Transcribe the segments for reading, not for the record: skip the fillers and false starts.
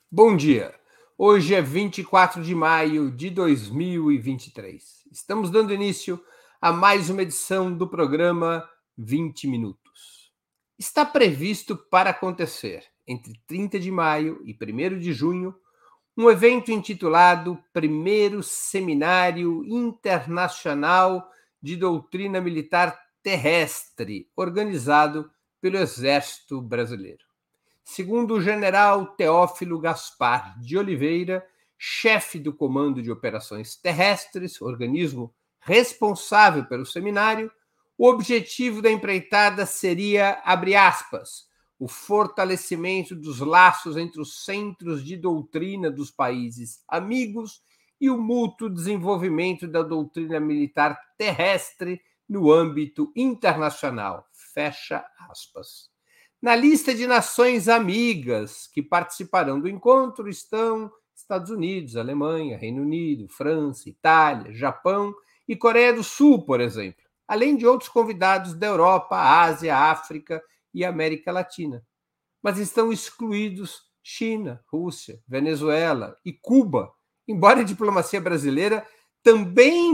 Bom dia. Hoje é 24 de maio de 2023. Estamos dando início a mais uma edição do programa 20 Minutos. Está previsto para acontecer entre 30 de maio e 1º de junho um evento intitulado Primeiro Seminário Internacional de Doutrina Militar Terrestre, organizado pelo Exército Brasileiro. Segundo o general Teófilo Gaspar de Oliveira, chefe do Comando de Operações Terrestres, organismo responsável pelo seminário, o objetivo da empreitada seria, abre aspas, o fortalecimento dos laços entre os centros de doutrina dos países amigos e o mútuo desenvolvimento da doutrina militar terrestre no âmbito internacional. Fecha aspas. Na lista de nações amigas que participarão do encontro estão Estados Unidos, Alemanha, Reino Unido, França, Itália, Japão e Coreia do Sul, por exemplo, além de outros convidados da Europa, Ásia, África e América Latina. Mas estão excluídos China, Rússia, Venezuela e Cuba, embora a diplomacia brasileira também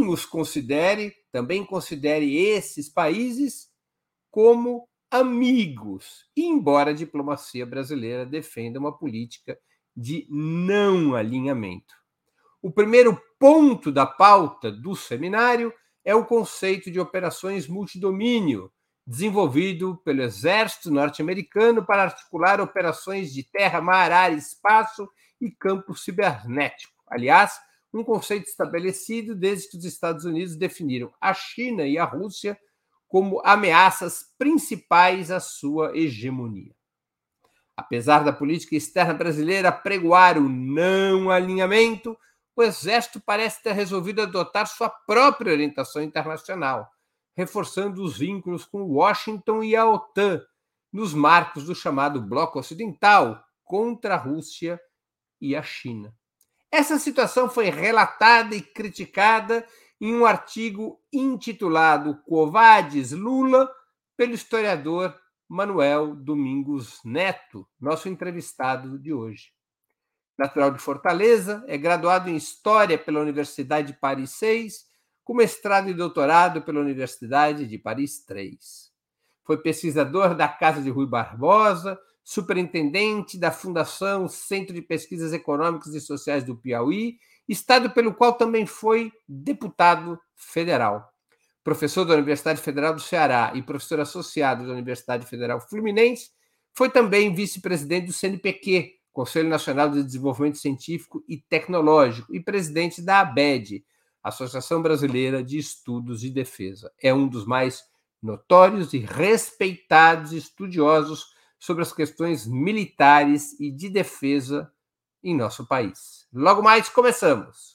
considere esses países como amigos, embora a diplomacia brasileira defenda uma política de não alinhamento. O primeiro ponto da pauta do seminário é o conceito de operações multidomínio, desenvolvido pelo Exército norte-americano para articular operações de terra, mar, ar, espaço e campo cibernético. Aliás, um conceito estabelecido desde que os Estados Unidos definiram a China e a Rússia como ameaças principais à sua hegemonia. Apesar da política externa brasileira pregoar o não alinhamento, o Exército parece ter resolvido adotar sua própria orientação internacional, reforçando os vínculos com Washington e a OTAN, nos marcos do chamado Bloco Ocidental contra a Rússia e a China. Essa situação foi relatada e criticada em um artigo intitulado Covades Lula, pelo historiador Manuel Domingos Neto, nosso entrevistado de hoje. Natural de Fortaleza, é graduado em História pela Universidade de Paris VI, com mestrado e doutorado pela Universidade de Paris III. Foi pesquisador da Casa de Rui Barbosa, superintendente da Fundação Centro de Pesquisas Econômicas e Sociais do Piauí, estado pelo qual também foi deputado federal. Professor da Universidade Federal do Ceará e professor associado da Universidade Federal Fluminense, foi também vice-presidente do CNPq, Conselho Nacional de Desenvolvimento Científico e Tecnológico, e presidente da ABED, Associação Brasileira de Estudos de Defesa. É um dos mais notórios e respeitados estudiosos sobre as questões militares e de defesa em nosso país. Logo mais, começamos.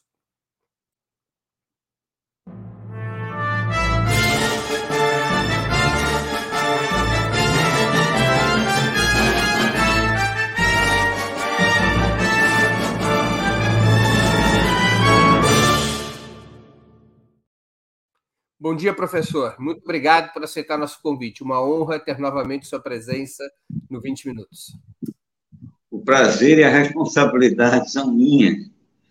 Bom dia, professor. Muito obrigado por aceitar nosso convite. Uma honra ter novamente sua presença no 20 Minutos. O prazer e a responsabilidade são minhas.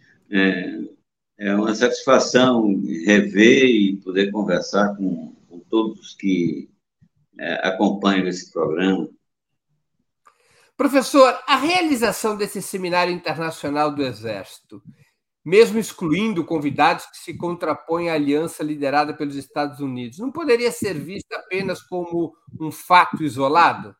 É uma satisfação rever e poder conversar com todos que acompanham esse programa. Professor, a realização desse seminário internacional do Exército, mesmo excluindo convidados que se contrapõem à aliança liderada pelos Estados Unidos, não poderia ser vista apenas como um fato isolado?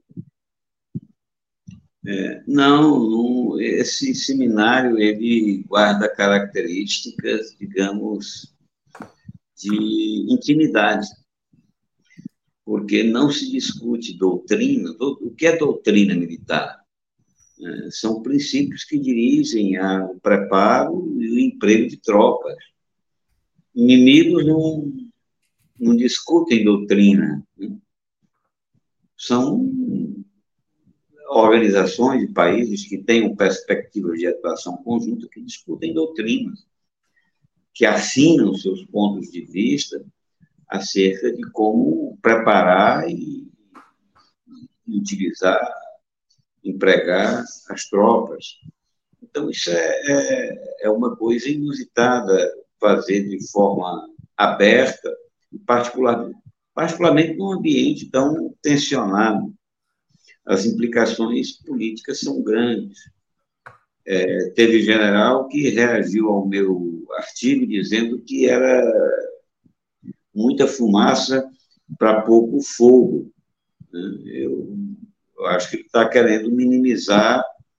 Não, esse seminário ele guarda características, digamos, de intimidade, porque não se discute doutrina. O que é doutrina militar? São princípios que dirigem ao preparo e o emprego de tropas. Inimigos não discutem doutrina, né? São organizações de países que têm perspectivas de atuação conjunta que discutem doutrinas, que assinam seus pontos de vista acerca de como preparar e utilizar, empregar as tropas. Então, isso é uma coisa inusitada, fazer de forma aberta, particularmente num ambiente tão tensionado. As implicações políticas são grandes. Teve general que reagiu ao meu artigo dizendo que era muita fumaça para pouco fogo. Eu acho que ele está querendo minimizar,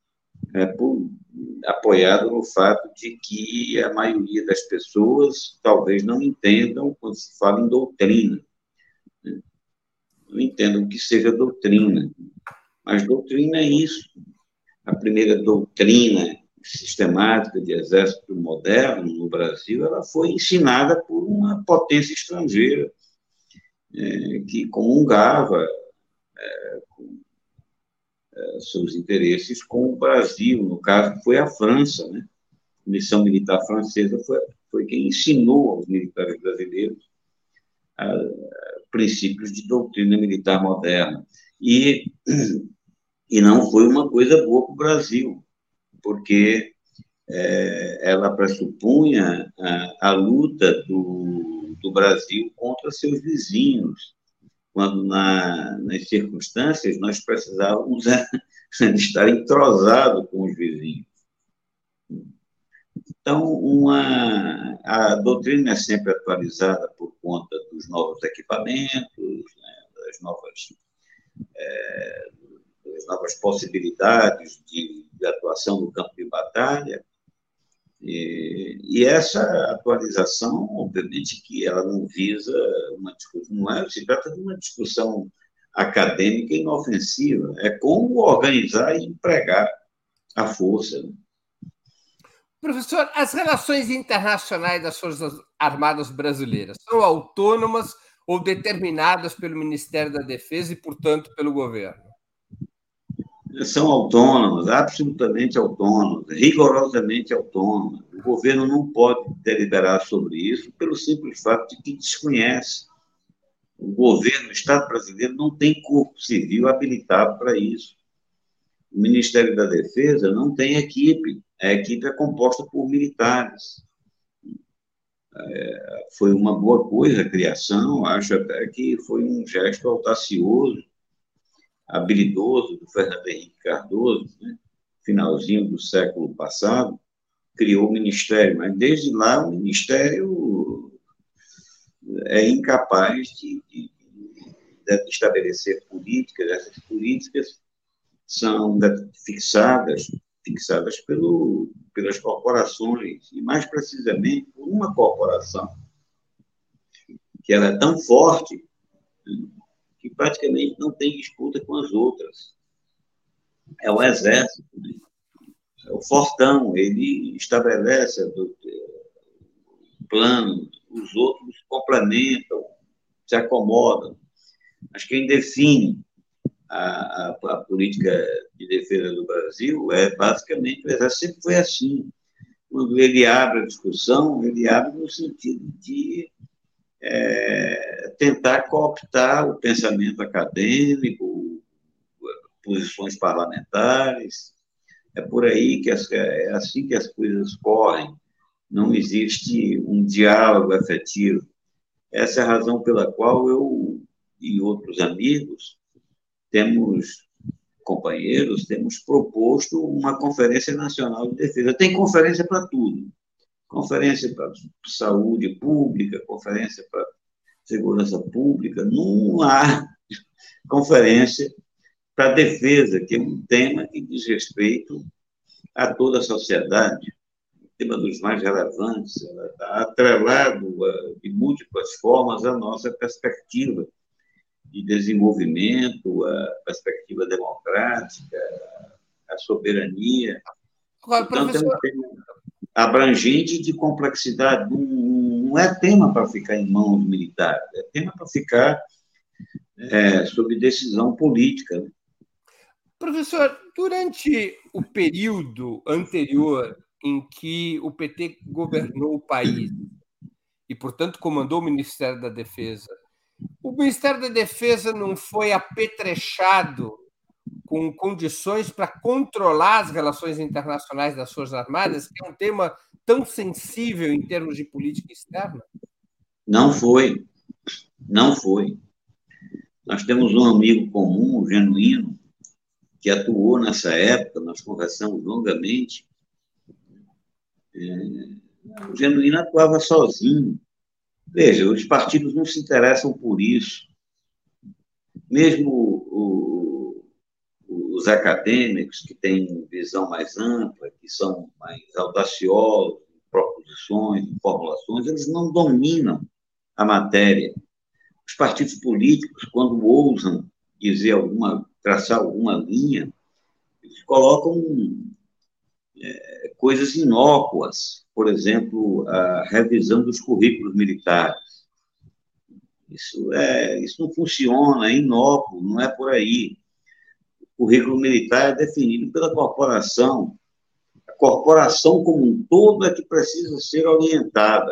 apoiado no fato de que a maioria das pessoas talvez não entendam quando se fala em doutrina. Não entendam o que seja doutrina. Mas doutrina é isso. A primeira doutrina sistemática de exército moderno no Brasil, ela foi ensinada por uma potência estrangeira, que comungava seus interesses com o Brasil. No caso, foi a França, né? A missão militar francesa foi quem ensinou aos militares brasileiros princípios de doutrina militar moderna. E não foi uma coisa boa para o Brasil, porque ela pressupunha a luta do Brasil contra seus vizinhos, quando nas circunstâncias nós precisávamos estar entrosados com os vizinhos. Então, a doutrina é sempre atualizada por conta dos novos equipamentos, né, das novas possibilidades de atuação no campo de batalha. E essa atualização, obviamente, que ela não visa uma discussão, não se trata de uma discussão acadêmica inofensiva, é como organizar e empregar a força. Professor, as relações internacionais das Forças Armadas brasileiras são autônomas ou determinadas pelo Ministério da Defesa e, portanto, pelo governo? São autônomas, absolutamente autônomas, rigorosamente autônomas. O governo não pode deliberar sobre isso pelo simples fato de que desconhece. O governo, o Estado brasileiro, não tem corpo civil habilitado para isso. O Ministério da Defesa não tem equipe. A equipe é composta por militares. Foi uma boa coisa a criação, acho até que foi um gesto audacioso, habilidoso do Fernando Henrique Cardoso, né? Finalzinho do século passado, criou o Ministério, mas desde lá o Ministério é incapaz de estabelecer políticas. Essas políticas são fixadas pelas corporações, e mais precisamente por uma corporação que ela é tão forte que praticamente não tem disputa com as outras. É o Exército, né? É o fortão, ele estabelece o plano, os outros complementam, se acomodam. Mas quem define a política de defesa do Brasil é basicamente o Exército. Sempre foi assim. Quando ele abre a discussão, ele abre no sentido de tentar cooptar o pensamento acadêmico, posições parlamentares. É por aí que é assim que as coisas correm. Não existe um diálogo efetivo. Essa é a razão pela qual eu e outros amigos temos proposto uma Conferência Nacional de Defesa. Tem conferência para tudo. Conferência para saúde pública, conferência para segurança pública. Não há conferência para defesa, que é um tema que diz respeito a toda a sociedade, o tema dos mais relevantes, está atrelado de múltiplas formas à nossa perspectiva de desenvolvimento, a perspectiva democrática, a soberania. Agora, Portanto, professor... é um tema abrangente de complexidade. Não é tema para ficar em mãos militares, é tema para ficar sob decisão política. Né? Professor, durante o período anterior em que o PT governou o país e, portanto, comandou o Ministério da Defesa, o Ministério da Defesa não foi apetrechado com condições para controlar as relações internacionais das Forças Armadas, que é um tema tão sensível em termos de política externa? Não foi, não foi. Nós temos um amigo comum, o Genuíno, que atuou nessa época, nós conversamos longamente. O Genuíno atuava sozinho. Veja, os partidos não se interessam por isso. Mesmo os acadêmicos, que têm visão mais ampla, que são mais audaciosos em proposições, em formulações, eles não dominam a matéria. Os partidos políticos, quando ousam traçar alguma linha, eles colocam coisas inócuas, por exemplo, a revisão dos currículos militares. Isso não funciona, é inócuo, não é por aí. O currículo militar é definido pela corporação. A corporação como um todo é que precisa ser orientada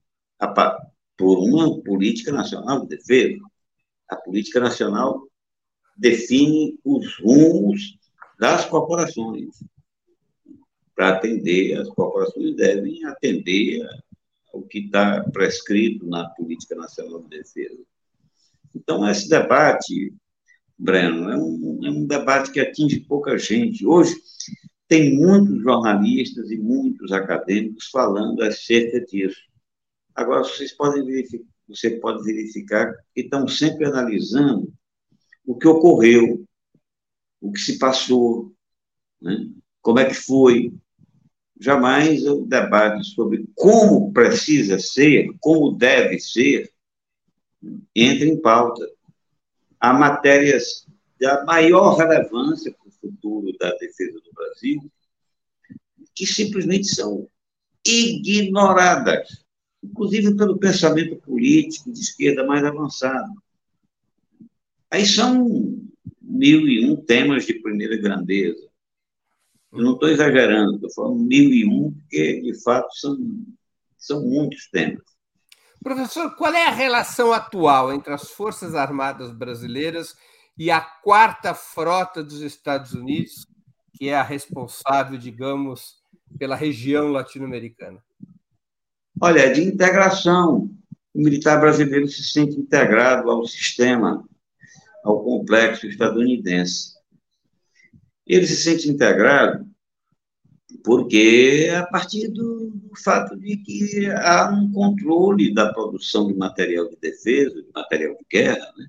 por uma política nacional de defesa. A política nacional define os rumos das corporações. Para atender, as corporações devem atender ao que está prescrito na Política Nacional de Defesa. Então, esse debate, Breno, é um debate que atinge pouca gente. Hoje, tem muitos jornalistas e muitos acadêmicos falando acerca disso. Agora, você pode verificar que estão sempre analisando o que ocorreu, o que se passou, né? Como é que foi. Jamais o debate sobre como precisa ser, como deve ser, entra em pauta. Há matérias da maior relevância para o futuro da defesa do Brasil que simplesmente são ignoradas, inclusive pelo pensamento político de esquerda mais avançado. Aí são 1001 temas de primeira grandeza. Eu não estou exagerando, estou falando 1001, porque, de fato, são muitos temas. Professor, qual é a relação atual entre as Forças Armadas brasileiras e a Quarta Frota dos Estados Unidos, que é a responsável, digamos, pela região latino-americana? Olha, é de integração. O militar brasileiro se sente integrado ao sistema, ao complexo estadunidense. Ele se sente integrado porque a partir do fato de que há um controle da produção de material de defesa, de material de guerra, né?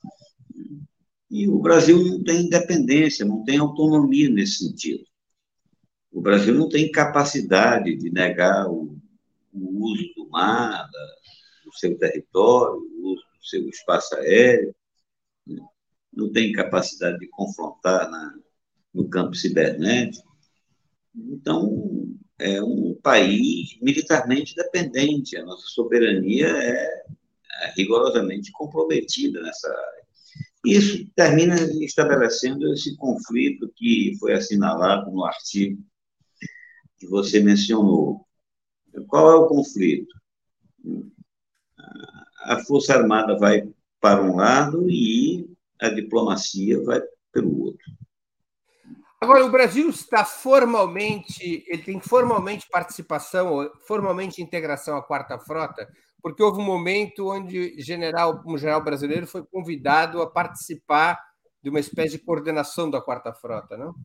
E o Brasil não tem independência, não tem autonomia nesse sentido. O Brasil não tem capacidade de negar o uso do mar, do seu território, o uso do seu espaço aéreo, né? Não tem capacidade de confrontar no campo cibernético. Então, é um país militarmente dependente. A nossa soberania é rigorosamente comprometida nessa área. Isso termina estabelecendo esse conflito que foi assinalado no artigo que você mencionou. Qual é o conflito? A Força Armada vai para um lado e a diplomacia vai pelo outro. Agora, o Brasil está ele tem formalmente participação, formalmente integração à Quarta Frota, porque houve um momento onde um general brasileiro foi convidado a participar de uma espécie de coordenação da Quarta Frota, não?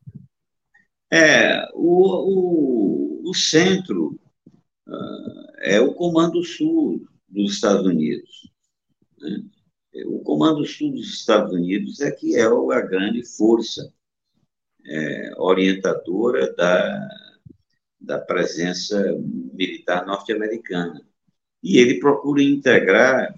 O centro é o Comando Sul dos Estados Unidos, né? O Comando Sul dos Estados Unidos é que é a grande força orientadora da presença militar norte-americana. E ele procura integrar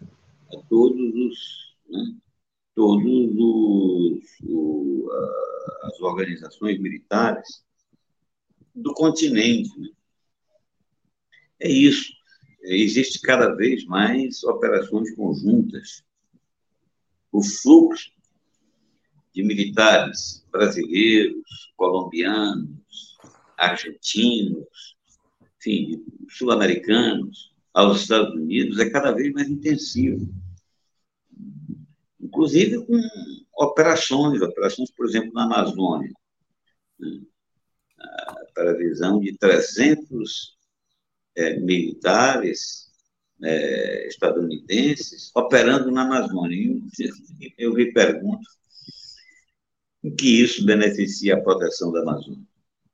as organizações militares do continente, né? É isso. Existe cada vez mais operações conjuntas. O fluxo de militares brasileiros, colombianos, argentinos, enfim, sul-americanos aos Estados Unidos é cada vez mais intensivo. Inclusive com operações, por exemplo, na Amazônia, né? A previsão de 300 militares estadunidenses operando na Amazônia. Eu me pergunto em que isso beneficia a proteção da Amazônia.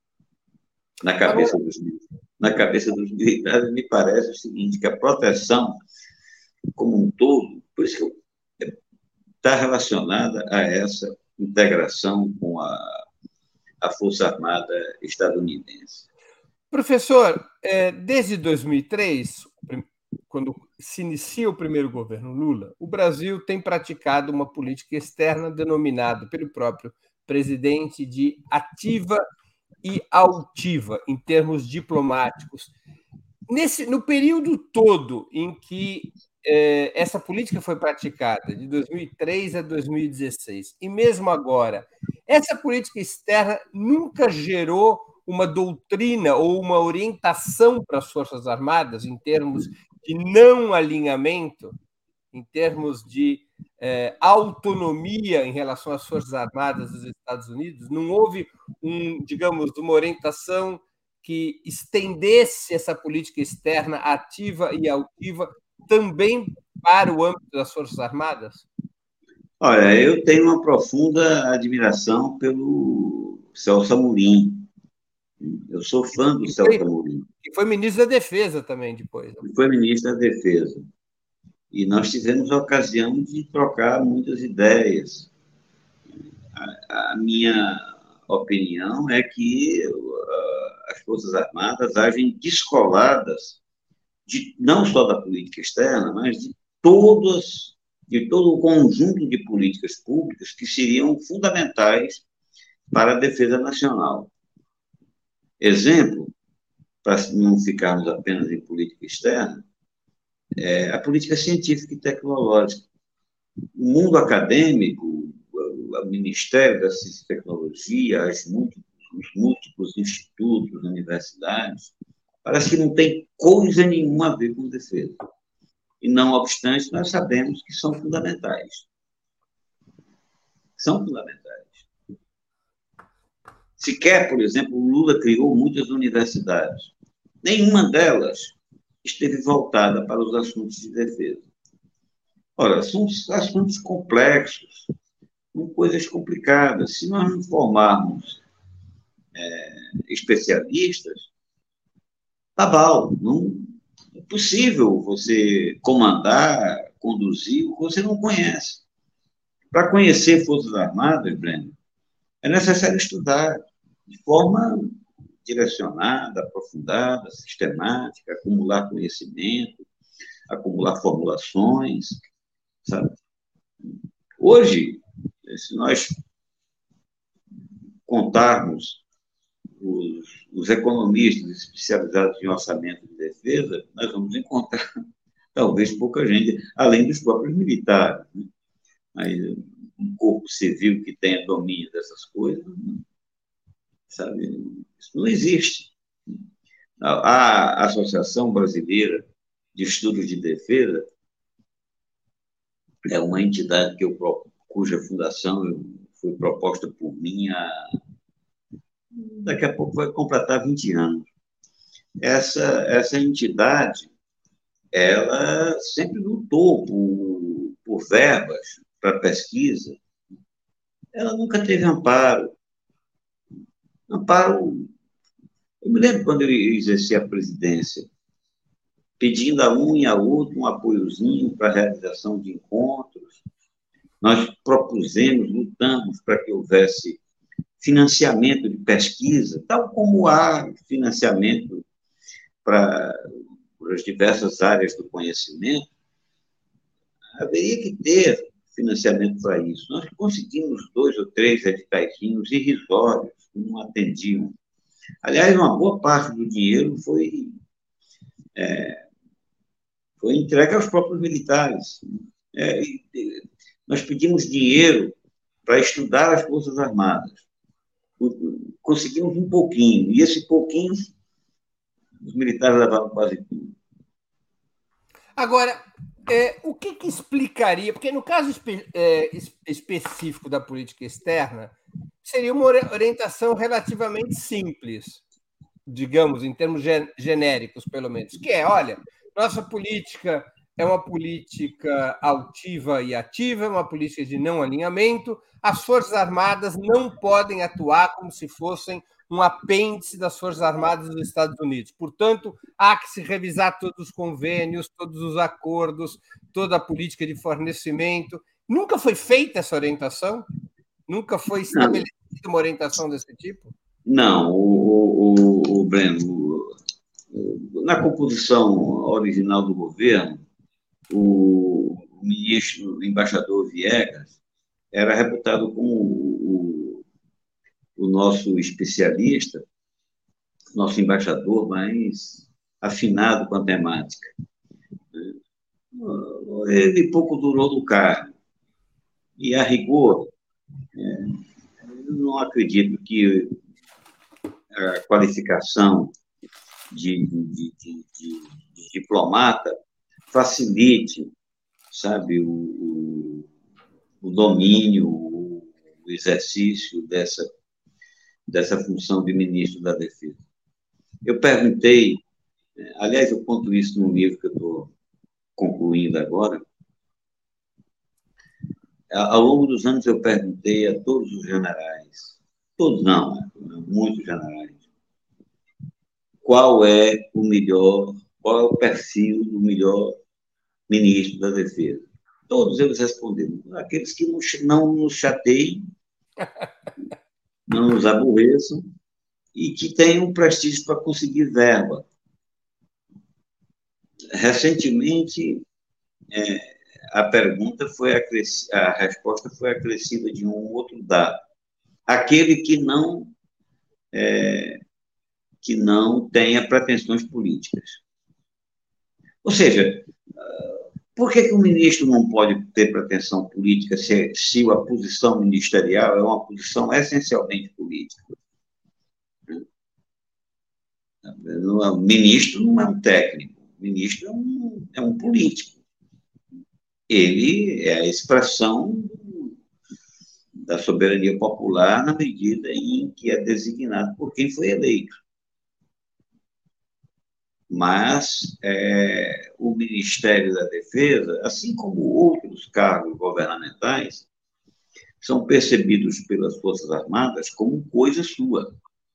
Na cabeça dos militares, me parece o seguinte, que a proteção como um todo, por isso que está relacionada a essa integração com a Força Armada estadunidense. Professor, desde 2003, quando se inicia o primeiro governo Lula, o Brasil tem praticado uma política externa denominada pelo próprio presidente de ativa e altiva, em termos diplomáticos. No período todo em que essa política foi praticada, de 2003 a 2016, e mesmo agora, essa política externa nunca gerou uma doutrina ou uma orientação para as Forças Armadas em termos de não alinhamento, em termos de autonomia em relação às Forças Armadas dos Estados Unidos? Não houve, digamos, uma orientação que estendesse essa política externa ativa e altiva também para o âmbito das Forças Armadas? Olha, eu tenho uma profunda admiração pelo Celso Amorim. Eu sou fã do Celso Amorim. Que foi ministro da Defesa também depois. Foi ministro da Defesa. E nós tivemos a ocasião de trocar muitas ideias. A minha opinião é que as Forças Armadas agem descoladas, não só da política externa, mas de todo o conjunto de políticas públicas que seriam fundamentais para a defesa nacional. Exemplo, para não ficarmos apenas em política externa, a política científica e tecnológica. O mundo acadêmico, o Ministério da Ciência e Tecnologia, os múltiplos institutos, universidades, parece que não tem coisa nenhuma a ver com defesa. E, não obstante, nós sabemos que são fundamentais. São fundamentais. Sequer, por exemplo, o Lula criou muitas universidades. Nenhuma delas esteve voltada para os assuntos de defesa. Ora, são assuntos complexos, são coisas complicadas. Se nós não formarmos especialistas, tá bom, não é possível você comandar, conduzir o que você não conhece. Para conhecer Forças Armadas, Breno, é necessário estudar de forma direcionada, aprofundada, sistemática, acumular conhecimento, acumular formulações, sabe? Hoje, se nós contarmos os economistas especializados em orçamento de defesa, nós vamos encontrar talvez pouca gente, além dos próprios militares, né? Mas um corpo civil que tenha domínio dessas coisas, sabe? Isso não existe. A Associação Brasileira de Estudos de Defesa é uma entidade cuja fundação foi proposta por mim daqui a pouco vai completar 20 anos. Essa entidade, ela sempre lutou por verbas para pesquisa. Ela nunca teve amparo. Eu me lembro quando eu exercia a presidência, pedindo a um e a outro um apoiozinho para a realização de encontros. Nós propusemos, lutamos para que houvesse financiamento de pesquisa, tal como há financiamento para as diversas áreas do conhecimento, haveria que ter financiamento para isso. Nós conseguimos 2 ou 3 editaizinhos irrisórios, que não atendiam. Aliás, uma boa parte do dinheiro foi entregue aos próprios militares. Nós pedimos dinheiro para estudar as Forças Armadas. Conseguimos um pouquinho, e esse pouquinho os militares levaram quase tudo. Agora, O que explicaria? Porque no caso específico da política externa, seria uma orientação relativamente simples, digamos, em termos genéricos, pelo menos, que é, olha, nossa política é uma política altiva e ativa, é uma política de não alinhamento, as Forças Armadas não podem atuar como se fossem um apêndice das Forças Armadas dos Estados Unidos. Portanto, há que se revisar todos os convênios, todos os acordos, toda a política de fornecimento. Nunca foi feita essa orientação? Nunca foi estabelecida uma orientação desse tipo? Não, o Breno, na composição original do governo, o ministro, o embaixador Viegas, era reputado como o nosso especialista, nosso embaixador mais afinado com a temática. Ele pouco durou no cargo. E, a rigor, eu não acredito que a qualificação de diplomata facilite, sabe, o domínio, o exercício dessa função de ministro da Defesa. Eu perguntei, aliás, eu conto isso num livro que eu estou concluindo agora. Ao longo dos anos, eu perguntei a todos os generais, todos não, muitos generais, qual é o perfil do melhor ministro da Defesa. Todos eles responderam, aqueles que não nos chateiem, não nos aborreçam e que tenham prestígio para conseguir verba. Recentemente, a resposta foi acrescida de um outro dado. Aquele que não tenha pretensões políticas. Ou seja, por que o ministro não pode ter pretensão política se a posição ministerial é uma posição essencialmente política? O ministro não é um técnico, o ministro é um político. Ele é a expressão da soberania popular na medida em que é designado por quem foi eleito. Mas o Ministério da Defesa, assim como outros cargos governamentais, são percebidos pelas Forças Armadas como coisa sua.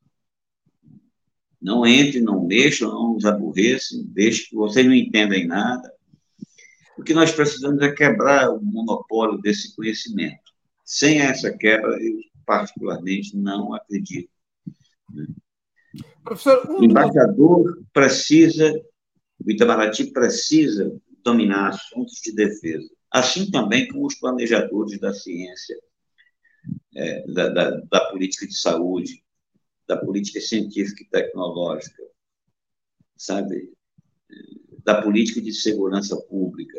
Não entre, não mexa, não os aborreçam, deixe que vocês não entendem nada. O que nós precisamos é quebrar o monopólio desse conhecimento. Sem essa quebra, eu particularmente não acredito. Professor, o embaixador precisa, o Itamaraty precisa dominar assuntos de defesa, assim também como os planejadores da ciência, da política de saúde, da política científica e tecnológica, sabe? Da política de segurança pública.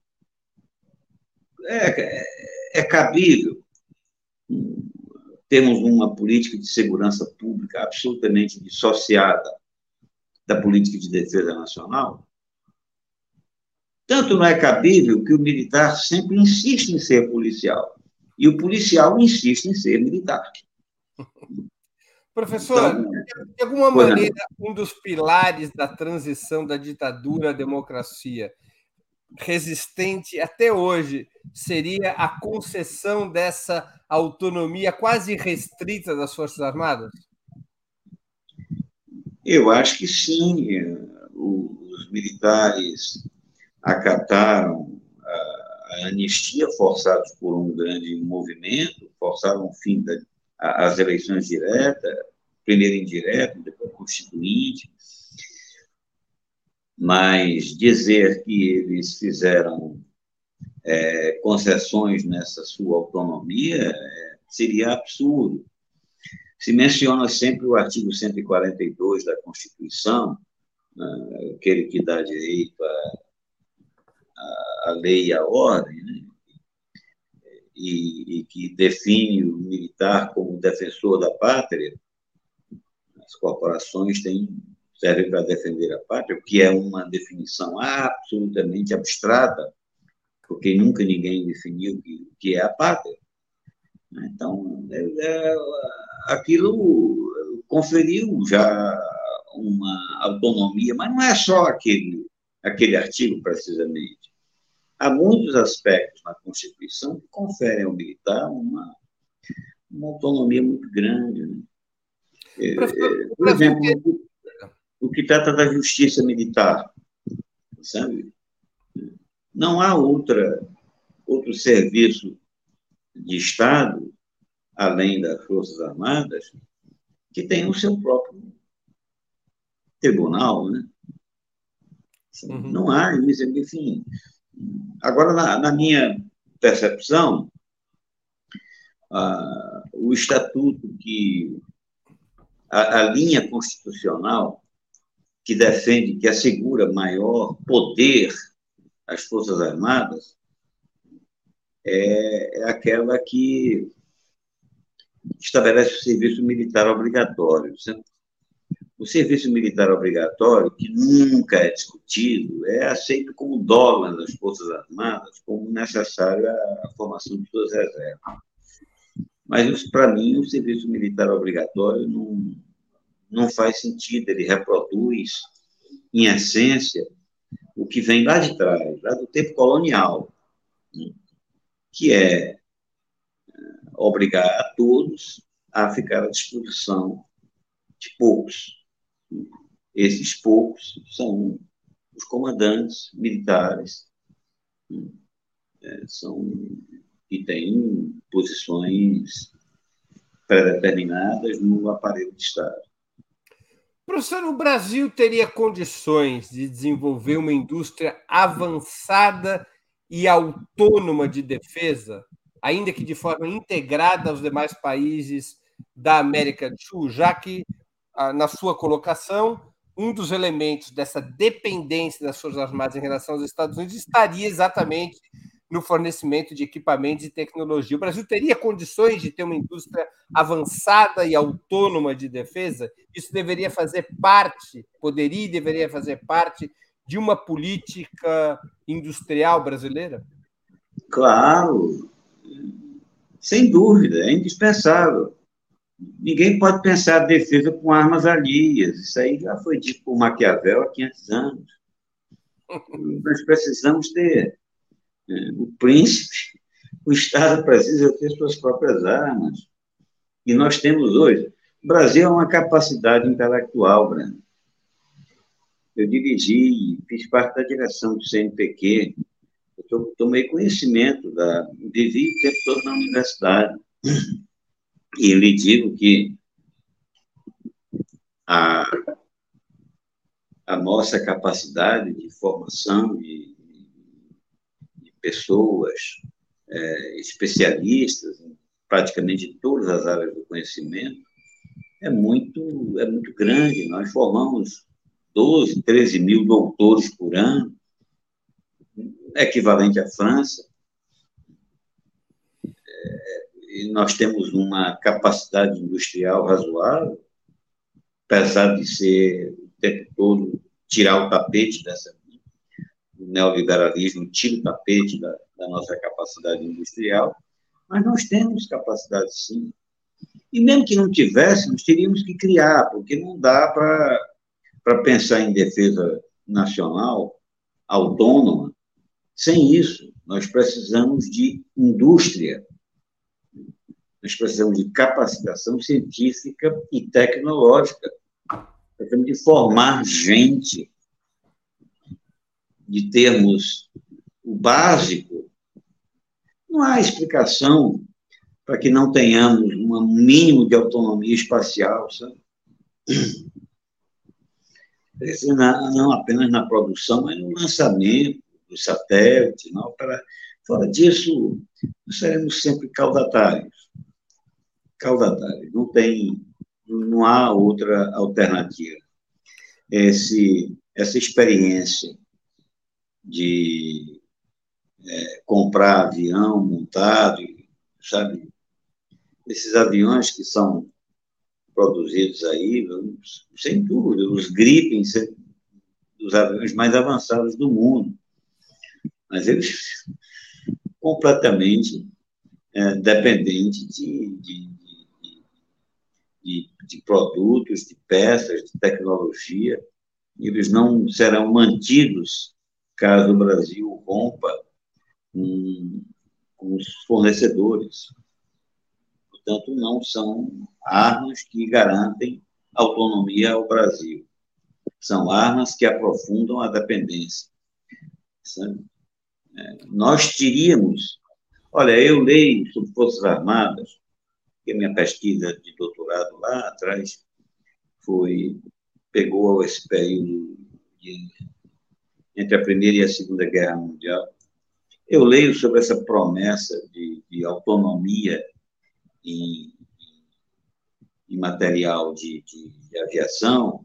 É cabível termos uma política de segurança pública absolutamente dissociada da política de defesa nacional? Tanto não é cabível que o militar sempre insiste em ser policial e o policial insiste em ser militar. Professor, então, de alguma maneira, um dos pilares da transição da ditadura à democracia, resistente até hoje, seria a concessão dessa autonomia quase restrita das Forças Armadas? Eu acho que sim. Os militares acataram a anistia, forçados por um grande movimento, forçaram o fim das eleições diretas, primeiro indireto, depois constituinte, mas dizer que eles fizeram concessões nessa sua autonomia seria absurdo. Se menciona sempre o artigo 142 da Constituição, aquele que dá direito à lei e à ordem, né? E que define o militar como defensor da pátria. As corporações servem para defender a pátria, o que é uma definição absolutamente abstrata, porque nunca ninguém definiu o que é a pátria. Então, aquilo conferiu já uma autonomia, mas não é só aquele artigo, precisamente. Há muitos aspectos na Constituição que conferem ao militar uma autonomia muito grande. Né? Por exemplo, o que trata da justiça militar, sabe? Não há outro serviço de Estado, além das Forças Armadas, que tenha o seu próprio tribunal, né? Uhum. Não há isso, enfim. Agora, na minha percepção, o estatuto a linha constitucional que defende, que assegura maior poder às Forças Armadas, é aquela que estabelece o serviço militar obrigatório. O serviço militar obrigatório, que nunca é discutido, é aceito como dogma das Forças Armadas, como necessário à formação de suas reservas. Mas, para mim, o serviço militar obrigatório não faz sentido, ele reproduz, em essência, o que vem lá de trás, lá do tempo colonial, que é obrigar a todos a ficar à disposição de poucos. Esses poucos são os comandantes militares, que têm posições pré-determinadas no aparelho de Estado. Professor, o Brasil teria condições de desenvolver uma indústria avançada e autônoma de defesa, ainda que de forma integrada aos demais países da América do Sul, já que, na sua colocação, um dos elementos dessa dependência das Forças Armadas em relação aos Estados Unidos estaria exatamente no fornecimento de equipamentos e tecnologia. O Brasil teria condições de ter uma indústria avançada e autônoma de defesa? Isso deveria fazer parte, poderia e deveria fazer parte de uma política industrial brasileira? Claro, sem dúvida, é indispensável. Ninguém pode pensar a defesa com armas alheias. Isso aí já foi dito por Maquiavel há 500 anos. Nós precisamos ter o príncipe, o Estado precisa ter suas próprias armas. E nós temos hoje. O Brasil é uma capacidade intelectual, Breno. Eu dirigi, fiz parte da direção do CNPq, eu tomei conhecimento, vivi o tempo todo na universidade. E eu lhe digo que a nossa capacidade de formação de pessoas especialistas em praticamente todas as áreas do conhecimento é muito grande. Nós formamos 12, 13 mil doutores por ano, equivalente à França. E nós temos uma capacidade industrial razoável, apesar de ser o tempo todo tirar o tapete o neoliberalismo tira o tapete da nossa capacidade industrial, mas nós temos capacidade, sim. E mesmo que não tivéssemos, teríamos que criar, porque não dá para pensar em defesa nacional autônoma sem isso. Nós precisamos de indústria, nós precisamos de capacitação científica e tecnológica, precisamos de formar gente, de termos o básico. Não há explicação para que não tenhamos um mínimo de autonomia espacial, sabe? Não apenas na produção, mas no lançamento do satélite. Fora disso, nós seremos sempre caudatários. Não há outra alternativa. Essa experiência de comprar avião montado, sabe? Esses aviões que são produzidos aí, sem dúvida, os Gripen, dos aviões mais avançados do mundo. Mas eles completamente dependente de produtos, de peças, de tecnologia. Eles não serão mantidos caso o Brasil rompa com os fornecedores. Portanto, não são armas que garantem autonomia ao Brasil. São armas que aprofundam a dependência. Sabe? Nós teríamos... Olha, eu leio sobre Forças Armadas, que a minha pesquisa de doutorado lá atrás pegou esse período entre a Primeira e a Segunda Guerra Mundial. Eu leio sobre essa promessa de autonomia em material de aviação.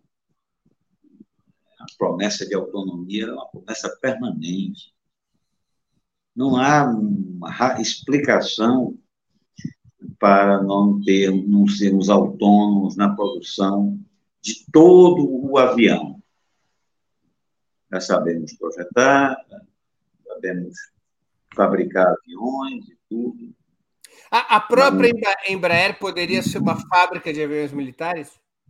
A promessa de autonomia é uma promessa permanente. Não há uma explicação para não sermos autônomos na produção de todo o avião. Já sabemos projetar, sabemos fabricar aviões e tudo. A própria Embraer poderia ser uma fábrica de aviões militares?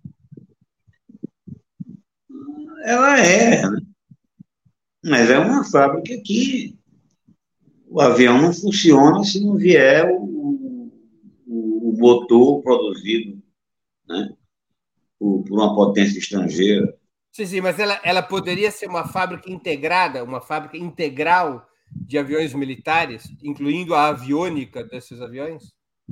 Ela é, né? Mas é uma fábrica que o avião não funciona se não vier o motor produzido, né, por uma potência estrangeira. Sim, mas ela poderia ser uma fábrica integrada, uma fábrica integral de aviões militares, incluindo a aviônica desses aviões?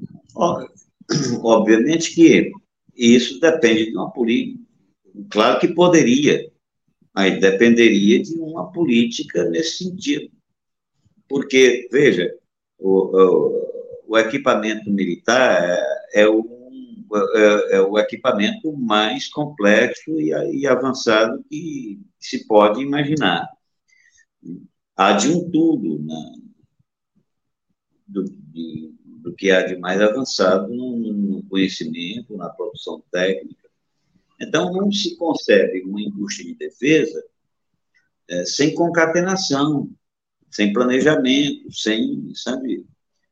Obviamente que isso depende de uma política. Claro que poderia, mas dependeria de uma política nesse sentido. Porque, veja, o equipamento militar é o equipamento mais complexo e avançado que se pode imaginar. Há de um tudo, né, do que há de mais avançado no conhecimento, na produção técnica. Então, não se concebe uma indústria de defesa sem concatenação, sem planejamento, sem, sabe,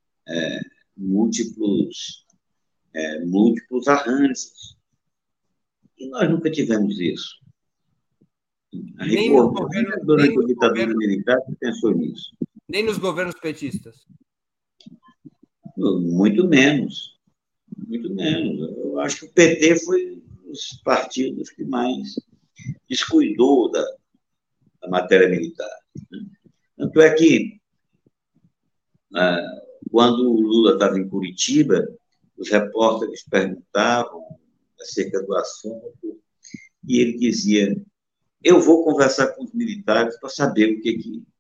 múltiplos arranjos. E nós nunca tivemos isso. Durante a ditadura militar, que pensou nisso. Nem nos governos petistas. Muito menos. Muito menos. Eu acho que o PT foi um dos partidos que mais descuidou da matéria militar. Tanto é que, quando o Lula estava em Curitiba, os repórteres perguntavam acerca do assunto e ele dizia: eu vou conversar com os militares para saber o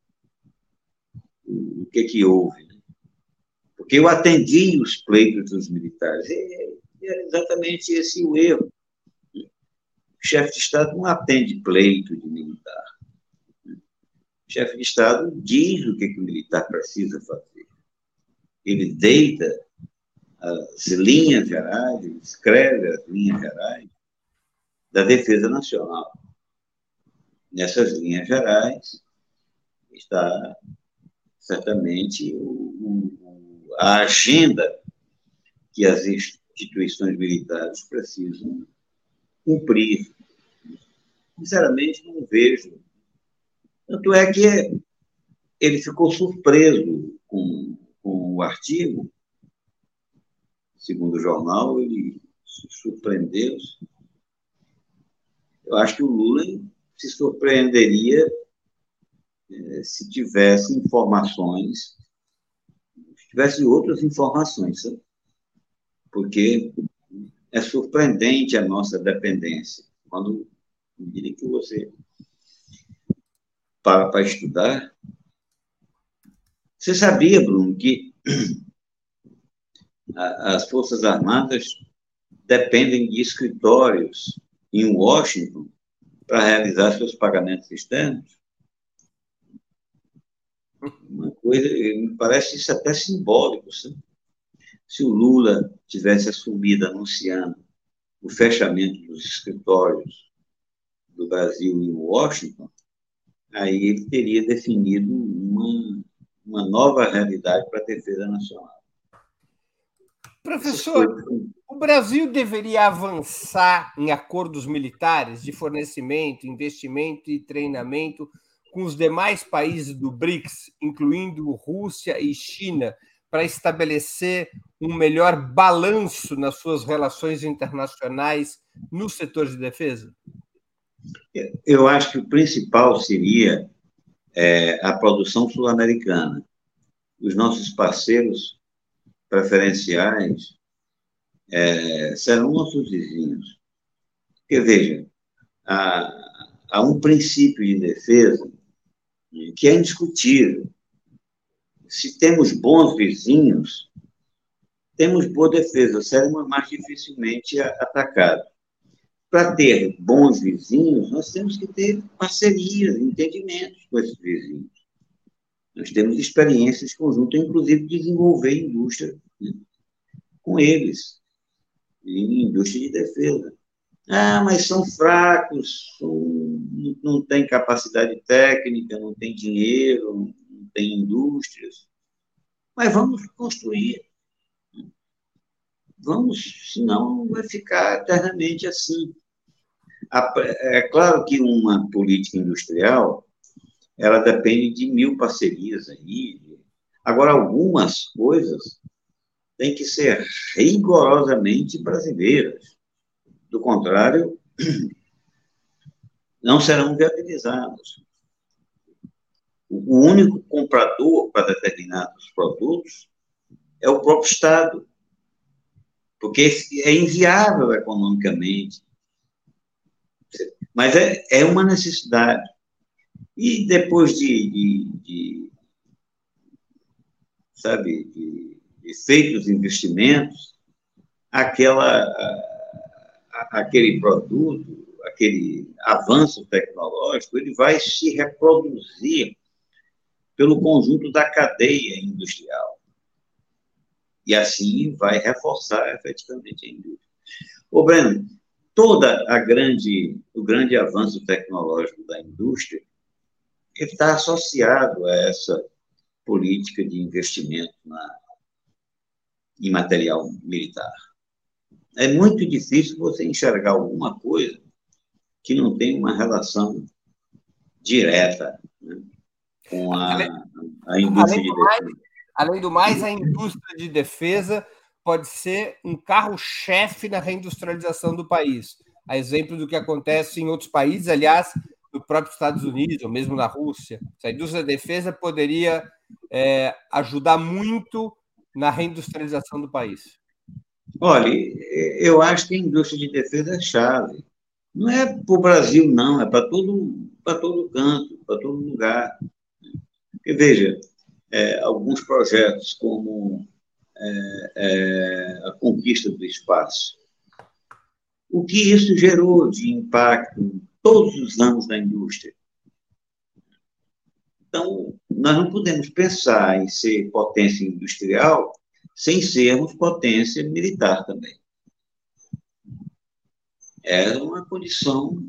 que houve. Porque eu atendi os pleitos dos militares. É exatamente esse o erro. O chefe de Estado não atende pleito de militar. O chefe de Estado diz o que o militar precisa fazer. Ele deita as linhas gerais, ele escreve as linhas gerais da Defesa Nacional. Nessas linhas gerais está certamente a agenda que as instituições militares precisam cumprir. Sinceramente, não vejo. Tanto é que ele ficou surpreso com o artigo. Segundo o jornal, ele se surpreendeu. Eu acho que o Lula se surpreenderia se tivesse informações, se tivesse outras informações, sabe? Porque é surpreendente a nossa dependência. Quando direi que você para estudar, você sabia, Bruno, que as Forças Armadas dependem de escritórios em Washington para realizar seus pagamentos externos? Uma coisa, me parece isso até simbólico, sabe? Se o Lula tivesse assumido anunciando o fechamento dos escritórios do Brasil em Washington, aí ele teria definido uma nova realidade para a defesa nacional. Professor, o Brasil deveria avançar em acordos militares de fornecimento, investimento e treinamento com os demais países do BRICS, incluindo Rússia e China, para estabelecer um melhor balanço nas suas relações internacionais no setor de defesa? Eu acho que o principal seria a produção sul-americana. Os nossos parceiros preferenciais serão nossos vizinhos. Porque, veja, há um princípio de defesa que é indiscutível. Se temos bons vizinhos, temos boa defesa, seremos mais dificilmente atacados. Para ter bons vizinhos, nós temos que ter parcerias, entendimentos com esses vizinhos. Nós temos experiências conjuntas, inclusive desenvolver indústria, né, com eles, em indústria de defesa. Mas são fracos, não têm capacidade técnica, não têm dinheiro, não têm indústrias. Mas vamos construir. Vamos, senão vai ficar eternamente assim. É claro que uma política industrial, ela depende de 1000 parcerias aí. Agora, algumas coisas têm que ser rigorosamente brasileiras. Do contrário, não serão viabilizadas. O único comprador para determinados produtos é o próprio Estado, porque é inviável economicamente. Mas é uma necessidade. E depois de feitos investimentos, aquele produto, aquele avanço tecnológico, ele vai se reproduzir pelo conjunto da cadeia industrial. E assim vai reforçar efetivamente a indústria. Ô, Breno, o grande avanço tecnológico da indústria está associado a essa política de investimento em material militar. É muito difícil você enxergar alguma coisa que não tem uma relação direta, né, com a indústria de defesa. Além do mais, a indústria de defesa pode ser um carro-chefe na reindustrialização do país. A exemplo do que acontece em outros países, aliás, no próprio Estados Unidos, ou mesmo na Rússia. A indústria de defesa poderia ajudar muito na reindustrialização do país. Olha, eu acho que a indústria de defesa é chave. Não é para o Brasil, não, é para todo canto, para todo lugar. Porque, veja, alguns projetos como a conquista do espaço, o que isso gerou de impacto em todos os ramos da indústria. Então, nós não podemos pensar em ser potência industrial sem sermos potência militar também. É uma condição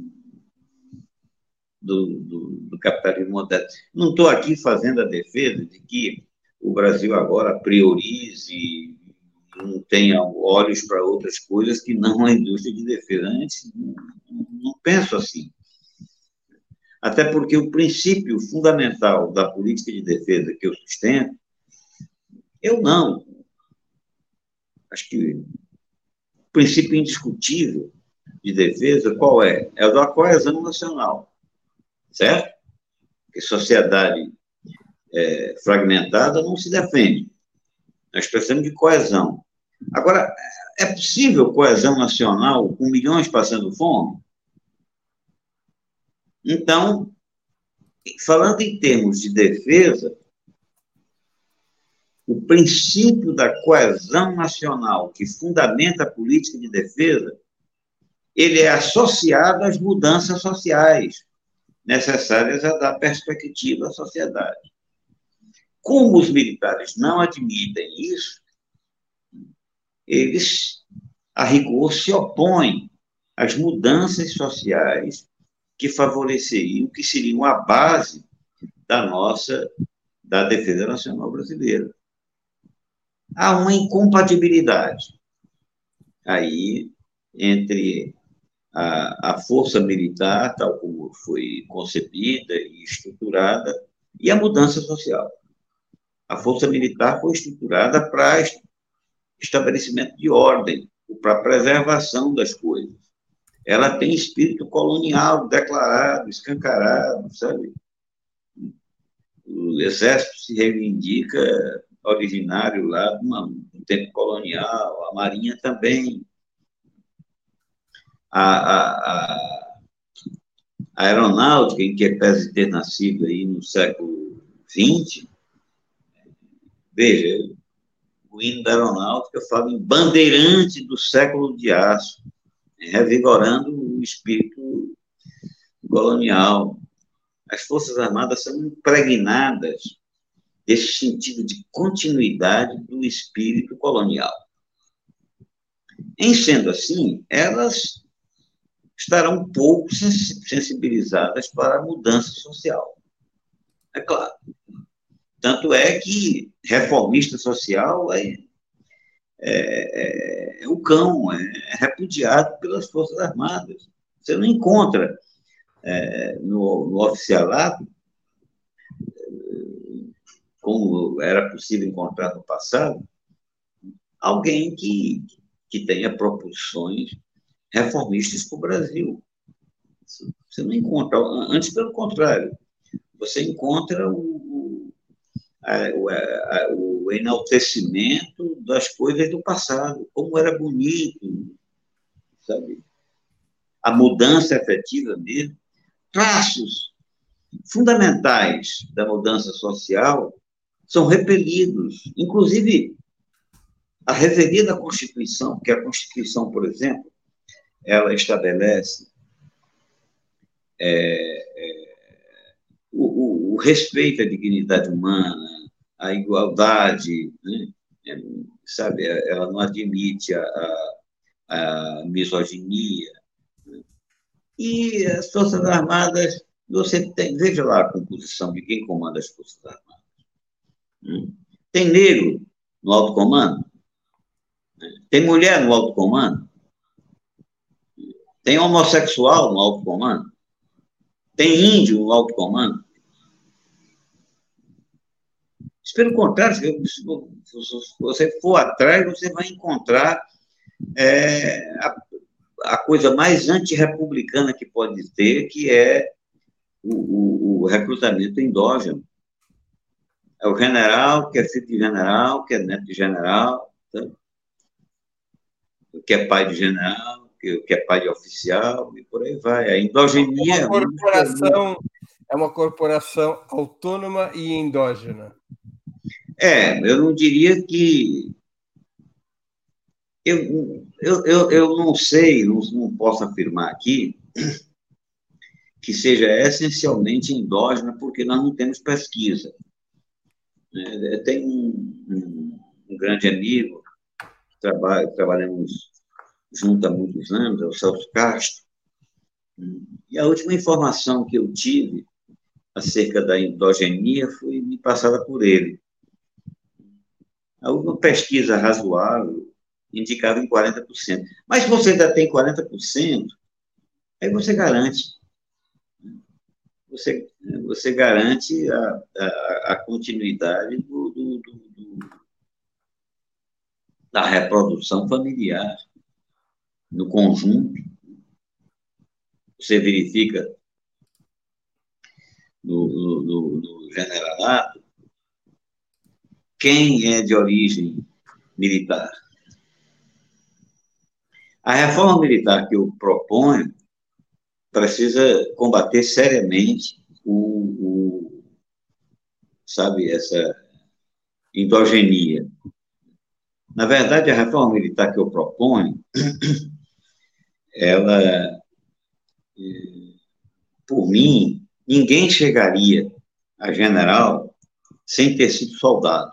do capitalismo moderno. Não estou aqui fazendo a defesa de que o Brasil agora priorize e não tenha olhos para outras coisas que não a indústria de defesa. Antes, não penso assim. Até porque o princípio fundamental da política de defesa que eu sustento, eu não. Acho que o princípio indiscutível de defesa, qual é? É o da coesão nacional, certo? Porque sociedade fragmentada não se defende. Nós precisamos de coesão. Agora, é possível coesão nacional com milhões passando fome? Então, falando em termos de defesa, o princípio da coesão nacional que fundamenta a política de defesa, ele é associado às mudanças sociais necessárias a dar perspectiva à sociedade. Como os militares não admitem isso, eles, a rigor, se opõem às mudanças sociais que favoreceriam, que seriam a base da nossa da Defesa Nacional Brasileira. Há uma incompatibilidade aí entre a força militar, tal como foi concebida e estruturada, e a mudança social. A força militar foi estruturada para estabelecimento de ordem, para preservação das coisas. Ela tem espírito colonial declarado, escancarado, sabe? O exército se reivindica originário lá do tempo colonial, a marinha também. A aeronáutica, em que é pese ter nascido aí no século XX, veja, o hino da aeronáutica fala em bandeirante do século de aço, revigorando o espírito colonial. As Forças Armadas são impregnadas desse sentido de continuidade do espírito colonial. Em sendo assim, elas estarão um pouco sensibilizadas para a mudança social. É claro. Tanto é que reformista social é o cão, é repudiado pelas Forças Armadas. Você não encontra no oficialato, como era possível encontrar no passado, alguém que tenha proposições reformistas para o Brasil. Você não encontra, antes pelo contrário, você encontra o enaltecimento das coisas do passado, como era bonito, sabe? A mudança efetiva mesmo. Traços fundamentais da mudança social são repelidos, inclusive a revelia da Constituição, porque a Constituição, por exemplo, ela estabelece o respeito à dignidade humana, a igualdade, né? Sabe, ela não admite a misoginia. Né? E as Forças Armadas, você tem, veja lá a composição de quem comanda as Forças Armadas. Né? Tem negro no alto comando? Tem mulher no alto comando? Tem homossexual no alto comando? Tem índio no alto comando? Pelo contrário, se você for atrás, você vai encontrar a coisa mais antirrepublicana que pode ter, que é o recrutamento endógeno. É o general, que é filho de general, que é neto de general, tá? Que é pai de general, que é pai de oficial, e por aí vai. A endogenia é uma corporação autônoma e endógena. Eu não diria que... Eu não sei, não posso afirmar aqui que seja essencialmente endógena, porque nós não temos pesquisa. Tem um grande amigo, trabalhamos junto há muitos anos, é o Celso Castro, e a última informação que eu tive acerca da endogenia foi me passada por ele. A última pesquisa razoável indicava em 40%. Mas se você ainda tem 40%, aí você garante. Você garante a continuidade da reprodução familiar no conjunto. Você verifica no generalato quem é de origem militar. A reforma militar que eu proponho precisa combater seriamente sabe, essa endogenia. Na verdade, a reforma militar que eu proponho, ela, por mim, ninguém chegaria a general sem ter sido soldado.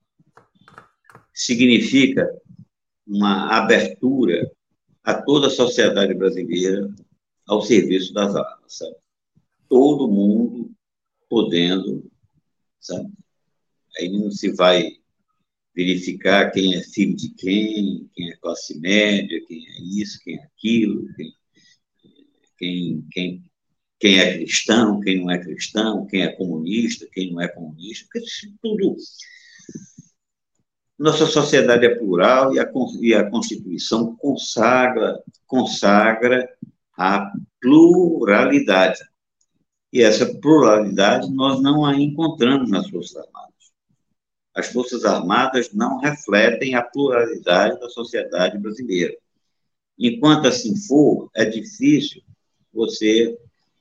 Significa uma abertura a toda a sociedade brasileira ao serviço das armas, sabe? Todo mundo podendo, sabe, Aí não se vai verificar quem é filho de quem é classe média, quem é isso, quem é aquilo, quem é cristão, quem não é cristão, quem é comunista, quem não é comunista, porque isso tudo. Nossa sociedade é plural e a Constituição consagra a pluralidade. E essa pluralidade nós não a encontramos nas Forças Armadas. As Forças Armadas não refletem a pluralidade da sociedade brasileira. Enquanto assim for, é difícil você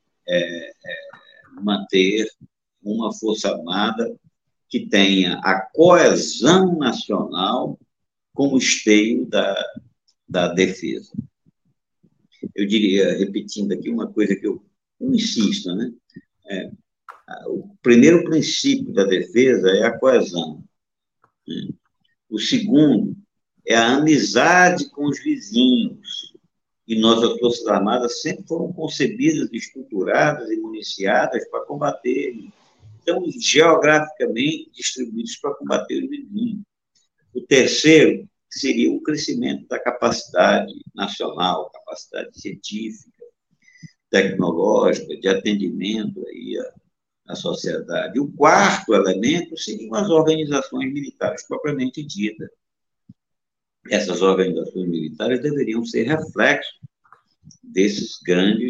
manter uma Força Armada que tenha a coesão nacional como esteio da defesa. Eu diria, repetindo aqui uma coisa que eu insisto, né? O primeiro princípio da defesa é a coesão. O segundo é a amizade com os vizinhos. E nossas Forças Armadas sempre foram concebidas, estruturadas e municiadas para combater. Então, geograficamente distribuídos para combater os vizinhos. O terceiro seria o crescimento da capacidade nacional, capacidade científica, tecnológica, de atendimento aí à sociedade. O quarto elemento seriam as organizações militares propriamente ditas. Essas organizações militares deveriam ser reflexo dessas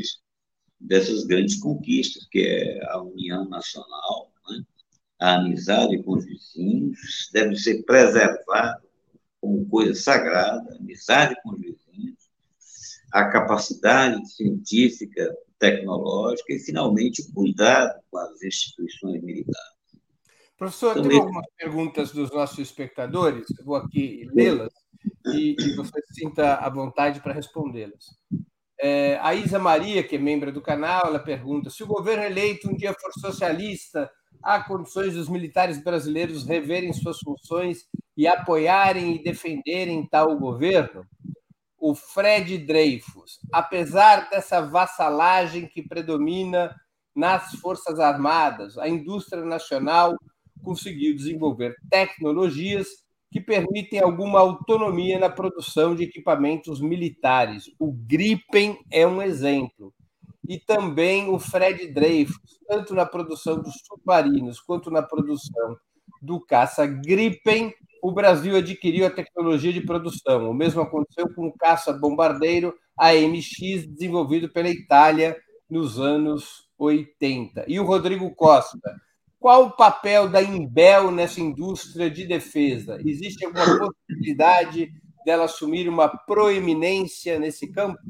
grandes conquistas, que é a união nacional, né? A amizade com os vizinhos deve ser preservada como coisa sagrada, amizade com os vizinhos, a capacidade científica, tecnológica e, finalmente, o cuidado com as instituições militares. Professor, então, tem algumas perguntas dos nossos espectadores, eu vou aqui lê-las e você se sinta à vontade para respondê-las. A Isa Maria, que é membro do canal, ela pergunta: se o governo eleito um dia for socialista, há condições dos militares brasileiros reverem suas funções e apoiarem e defenderem tal governo? O Fred Dreyfus: apesar dessa vassalagem que predomina nas Forças Armadas, a indústria nacional conseguiu desenvolver tecnologias que permitem alguma autonomia na produção de equipamentos militares. O Gripen é um exemplo. E também o Fred Dreyfus, tanto na produção dos submarinos quanto na produção do caça Gripen, o Brasil adquiriu a tecnologia de produção. O mesmo aconteceu com o caça-bombardeiro AMX, desenvolvido pela Itália nos anos 80. E o Rodrigo Costa: qual o papel da Imbel nessa indústria de defesa? Existe alguma possibilidade dela assumir uma proeminência nesse campo?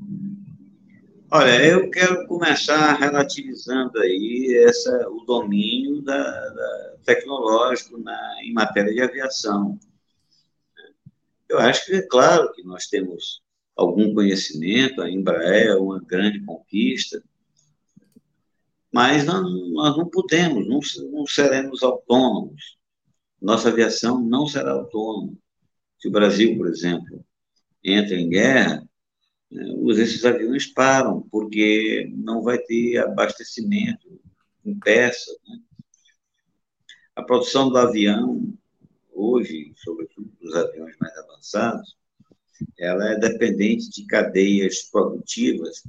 Olha, eu quero começar relativizando aí o domínio tecnológico em matéria de aviação. Eu acho que é claro que nós temos algum conhecimento, a Embraer é uma grande conquista, mas nós não podemos, não seremos autônomos. Nossa aviação não será autônoma. Se o Brasil, por exemplo, entra em guerra, esses aviões param, porque não vai ter abastecimento em peças. Né? A produção do avião, hoje, sobretudo dos aviões mais avançados, ela é dependente de cadeias produtivas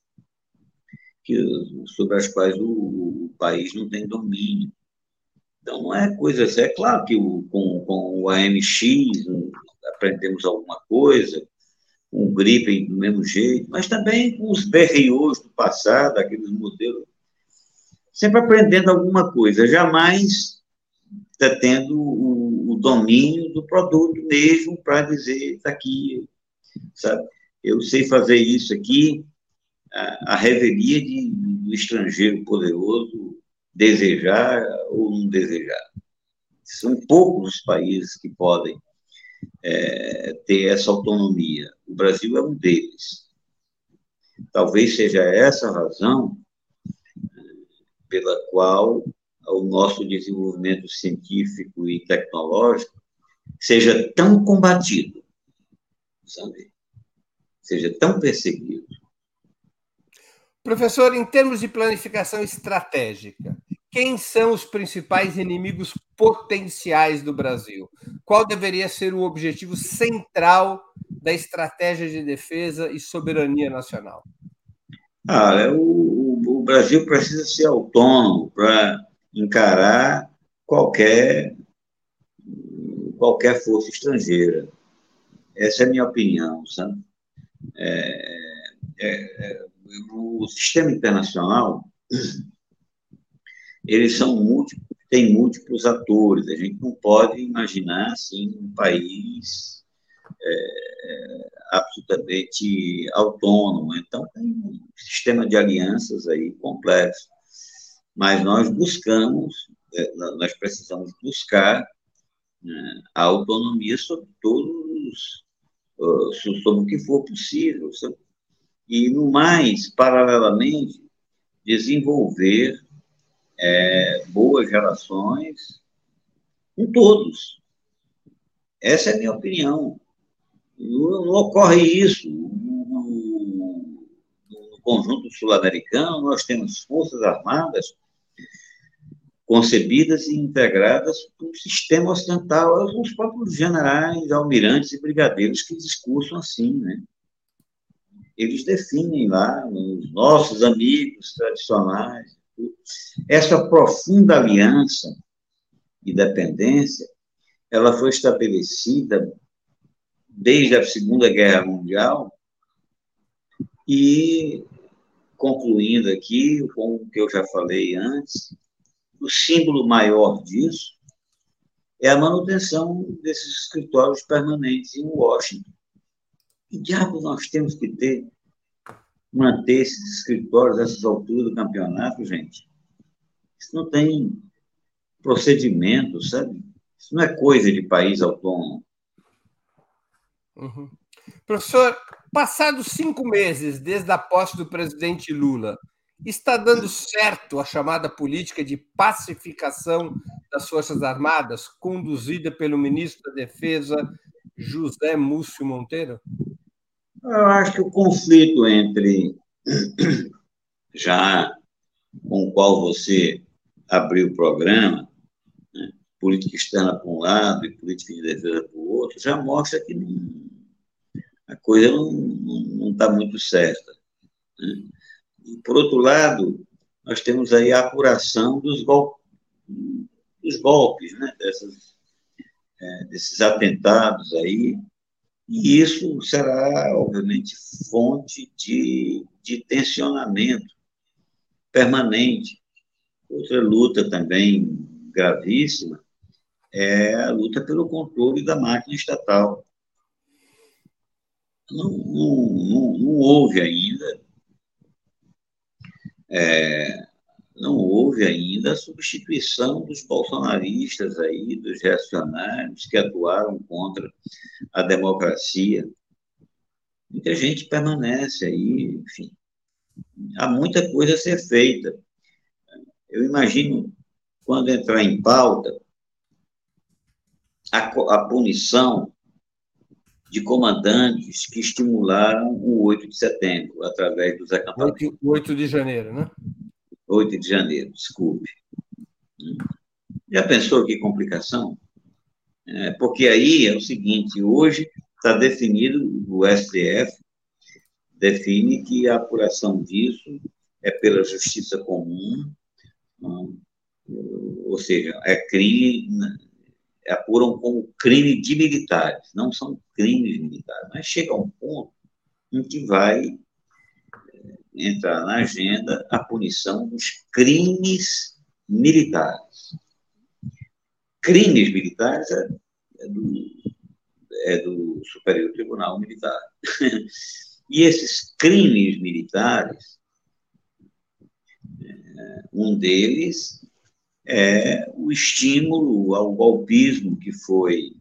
sobre as quais o país não tem domínio. Então, não é coisa assim. É claro que com o AMX aprendemos alguma coisa, com o Gripen do mesmo jeito, mas também com os BRIOs do passado, aqueles modelos, sempre aprendendo alguma coisa, jamais tendo o domínio do produto mesmo para dizer, está aqui, sabe? Eu sei fazer isso aqui, a revelia do estrangeiro poderoso desejar ou não desejar. São poucos os países que podem ter essa autonomia. O Brasil é um deles. Talvez seja essa a razão pela qual o nosso desenvolvimento científico e tecnológico seja tão combatido, sabe? Seja tão perseguido. Professor, em termos de planificação estratégica, quem são os principais inimigos potenciais do Brasil? Qual deveria ser o objetivo central da estratégia de defesa e soberania nacional? O Brasil precisa ser autônomo para encarar qualquer, qualquer força estrangeira. Essa é a minha opinião, sabe? O sistema internacional, eles são múltiplos, tem múltiplos atores. A gente não pode imaginar assim um país absolutamente autônomo. Então tem um sistema de alianças aí complexo. Mas nós precisamos buscar, né, a autonomia sobre sobre o que for possível, sabe? E no mais, paralelamente, desenvolver boas relações com todos. Essa é a minha opinião. Não ocorre isso. No conjunto sul-americano, nós temos forças armadas concebidas e integradas por um sistema ocidental, os próprios generais, almirantes e brigadeiros que discursam assim, né? Eles definem lá os nossos amigos tradicionais. Essa profunda aliança e dependência, ela foi estabelecida desde a Segunda Guerra Mundial e, concluindo aqui, com o que eu já falei antes, o símbolo maior disso é a manutenção desses escritórios permanentes em Washington. Que diabo nós temos que manter esses escritórios a essas alturas do campeonato, gente? Isso não tem procedimento, sabe? Isso não é coisa de país autônomo. Uhum. Professor, passados 5 meses desde a posse do presidente Lula, está dando certo a chamada política de pacificação das Forças Armadas, conduzida pelo ministro da Defesa, José Múcio Monteiro? Eu acho que o conflito já com o qual você abriu o programa, né, política externa por um lado e política de defesa por outro, já mostra que a coisa não está muito certa, né? E, por outro lado, nós temos aí a apuração dos golpes, né? Desses atentados aí, e isso será, obviamente, fonte de tensionamento permanente. Outra luta também gravíssima é a luta pelo controle da máquina estatal. Não houve ainda não houve ainda a substituição dos bolsonaristas aí, dos reacionários que atuaram contra a democracia. Muita gente permanece aí, enfim. Há muita coisa a ser feita. Eu imagino, quando entrar em pauta, a punição de comandantes que estimularam o 8 de setembro, através dos acampamentos. 8 de janeiro, né? 8 de janeiro, desculpe. Já pensou que complicação? Porque aí é o seguinte, hoje está definido, o STF define que a apuração disso é pela justiça comum, ou seja, apuram como crime de militares, não são crimes militares, mas chega a um ponto em que vai entrar na agenda a punição dos crimes militares. Crimes militares é do Superior Tribunal Militar. E esses crimes militares, um deles é o estímulo ao golpismo que foi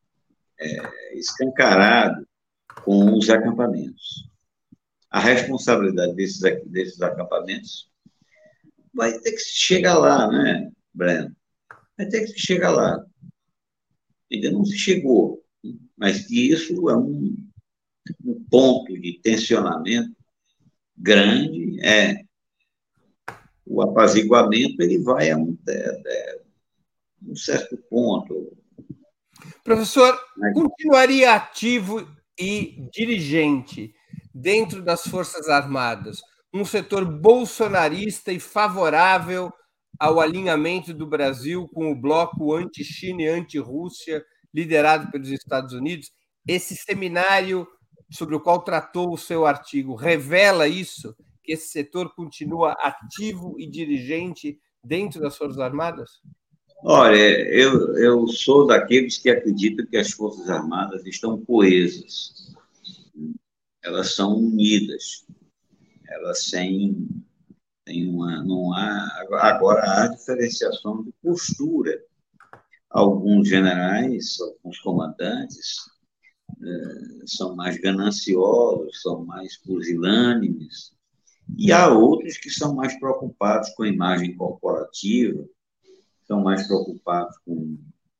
escancarado com os acampamentos. A responsabilidade desses acampamentos vai ter que chegar lá, né, Breno? Vai ter que chegar lá. Ainda não se chegou, mas que isso é um ponto de tensionamento grande, o apaziguamento ele vai a um certo ponto. Professor, continuaria ativo e dirigente dentro das Forças Armadas um setor bolsonarista e favorável ao alinhamento do Brasil com o bloco anti-China e anti-Rússia liderado pelos Estados Unidos? Esse seminário sobre o qual tratou o seu artigo revela isso? Que esse setor continua ativo e dirigente dentro das Forças Armadas? Olha, eu sou daqueles que acreditam que as Forças Armadas estão coesas, elas são unidas, elas têm uma, não há, agora há diferenciação de postura. Alguns generais, alguns comandantes são mais gananciosos, são mais pusilânimes, e há outros que são mais preocupados com a imagem corporativa, são mais preocupados com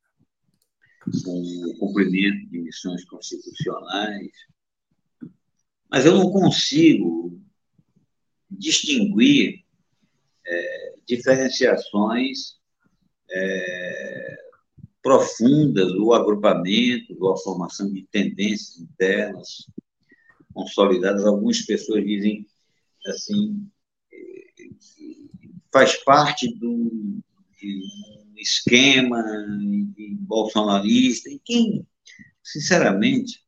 o cumprimento de missões constitucionais. Mas eu não consigo distinguir diferenciações profundas, ou agrupamentos, ou a formação de tendências internas consolidadas. Algumas pessoas dizem assim, faz parte do esquema bolsonarista, e quem, sinceramente,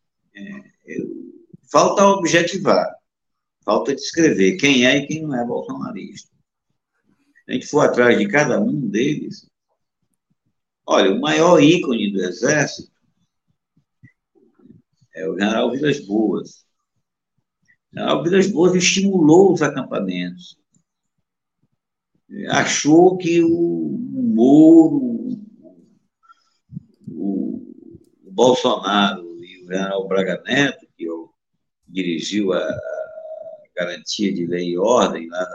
falta objetivar, falta descrever quem é e quem não é bolsonarista. Se a gente for atrás de cada um deles, olha, o maior ícone do Exército é o general Vilas Boas. O general Vilas Boas estimulou os acampamentos. Achou que o Moro, o Bolsonaro e o general Braga Neto, que dirigiu a garantia de lei e ordem lá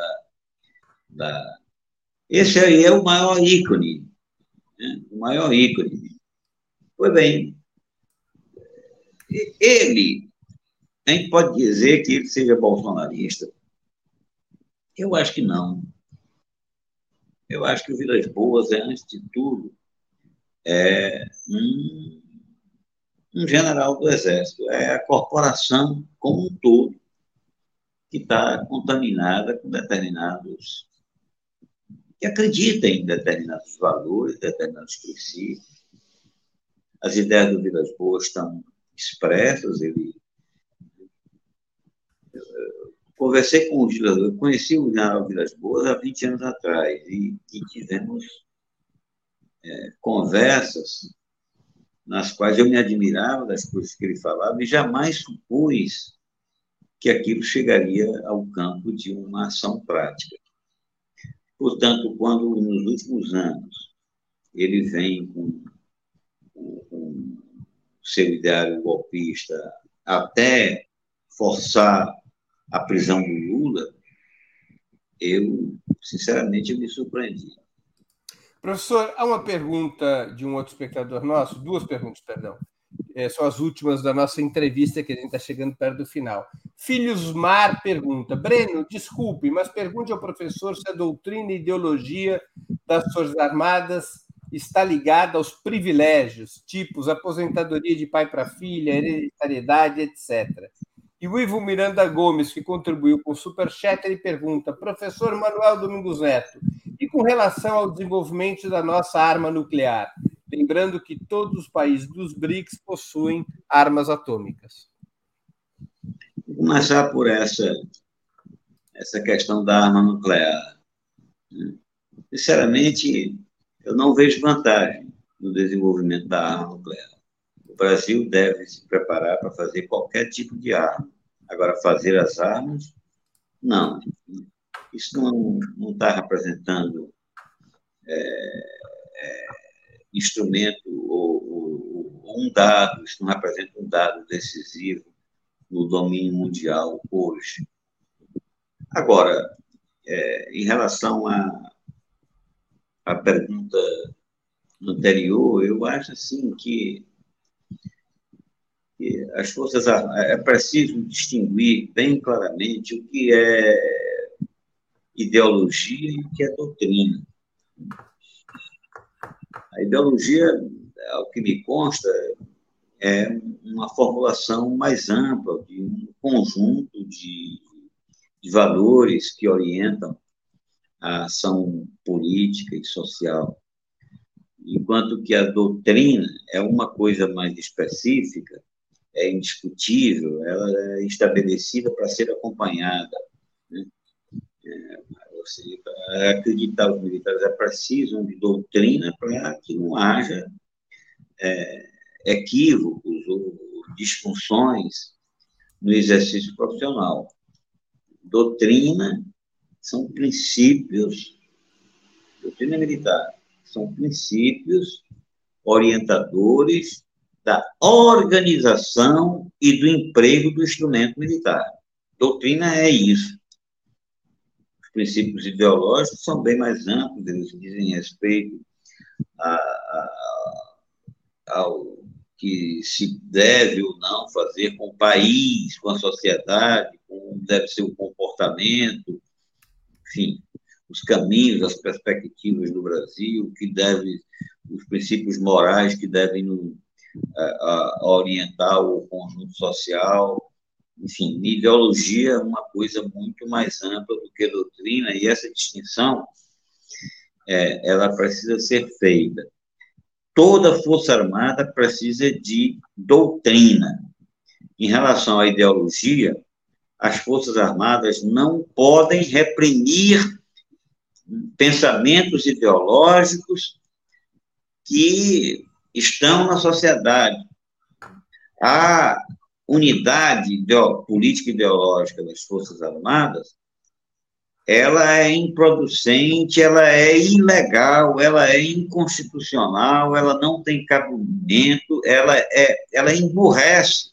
esse aí é o maior ícone, né? O maior ícone. Pois bem, ele, a gente pode dizer que ele seja bolsonarista? Eu acho que não. Eu acho que o Vilas Boas é, antes de tudo, um general do Exército. É a corporação como um todo que está contaminada com determinados... que acredita em determinados valores, determinados princípios. As ideias do Vilas Boas estão expressas. Conversei com o Vilas Boas, conheci o general Vilas Boas há 20 anos atrás, e tivemos conversas nas quais eu me admirava das coisas que ele falava e jamais supus que aquilo chegaria ao campo de uma ação prática. Portanto, quando nos últimos anos ele vem com seu ideário golpista até forçar a prisão do Lula, eu, sinceramente, me surpreendi. Professor, há uma pergunta de um outro espectador nosso, duas perguntas, perdão. São as últimas da nossa entrevista, que a gente está chegando perto do final. Filhos Mar pergunta: Breno, desculpe, mas pergunte ao professor se a doutrina e ideologia das Forças Armadas está ligada aos privilégios, tipos aposentadoria de pai para filha, hereditariedade, etc. E o Ivo Miranda Gomes, que contribuiu com o Superchat, ele pergunta: professor Manuel Domingos Neto, e com relação ao desenvolvimento da nossa arma nuclear? Lembrando que todos os países dos BRICS possuem armas atômicas. Vou começar por essa questão da arma nuclear. Sinceramente, eu não vejo vantagem no desenvolvimento da arma nuclear. O Brasil deve se preparar para fazer qualquer tipo de arma. Agora, fazer as armas, não. Isso não está representando instrumento ou um dado, isso não representa um dado decisivo no domínio mundial hoje. Agora, em relação à pergunta anterior, eu acho assim que as Forças Armadas, é preciso distinguir bem claramente o que é ideologia e o que é doutrina. A ideologia, ao que me consta, é uma formulação mais ampla de um conjunto de valores que orientam a ação política e social, enquanto que a doutrina é uma coisa mais específica, é indiscutível, ela é estabelecida para ser acompanhada, né? Para acreditar os militares precisam de doutrina para que não haja equívocos ou disfunções no exercício profissional. Doutrina são princípios, doutrina militar, são princípios orientadores da organização e do emprego do instrumento militar. Doutrina é isso. Os princípios ideológicos são bem mais amplos, eles dizem respeito ao que se deve ou não fazer com o país, com a sociedade, como deve ser o comportamento, enfim, os caminhos, as perspectivas do Brasil, os princípios morais que devem orientar o conjunto social. Enfim, ideologia é uma coisa muito mais ampla do que doutrina, e essa distinção ela precisa ser feita. Toda Força Armada precisa de doutrina. Em relação à ideologia, as Forças Armadas não podem reprimir pensamentos ideológicos que estão na sociedade. A unidade política ideológica das Forças Armadas, ela é improducente, ela é ilegal, ela é inconstitucional, ela não tem cabimento, ela emburrece,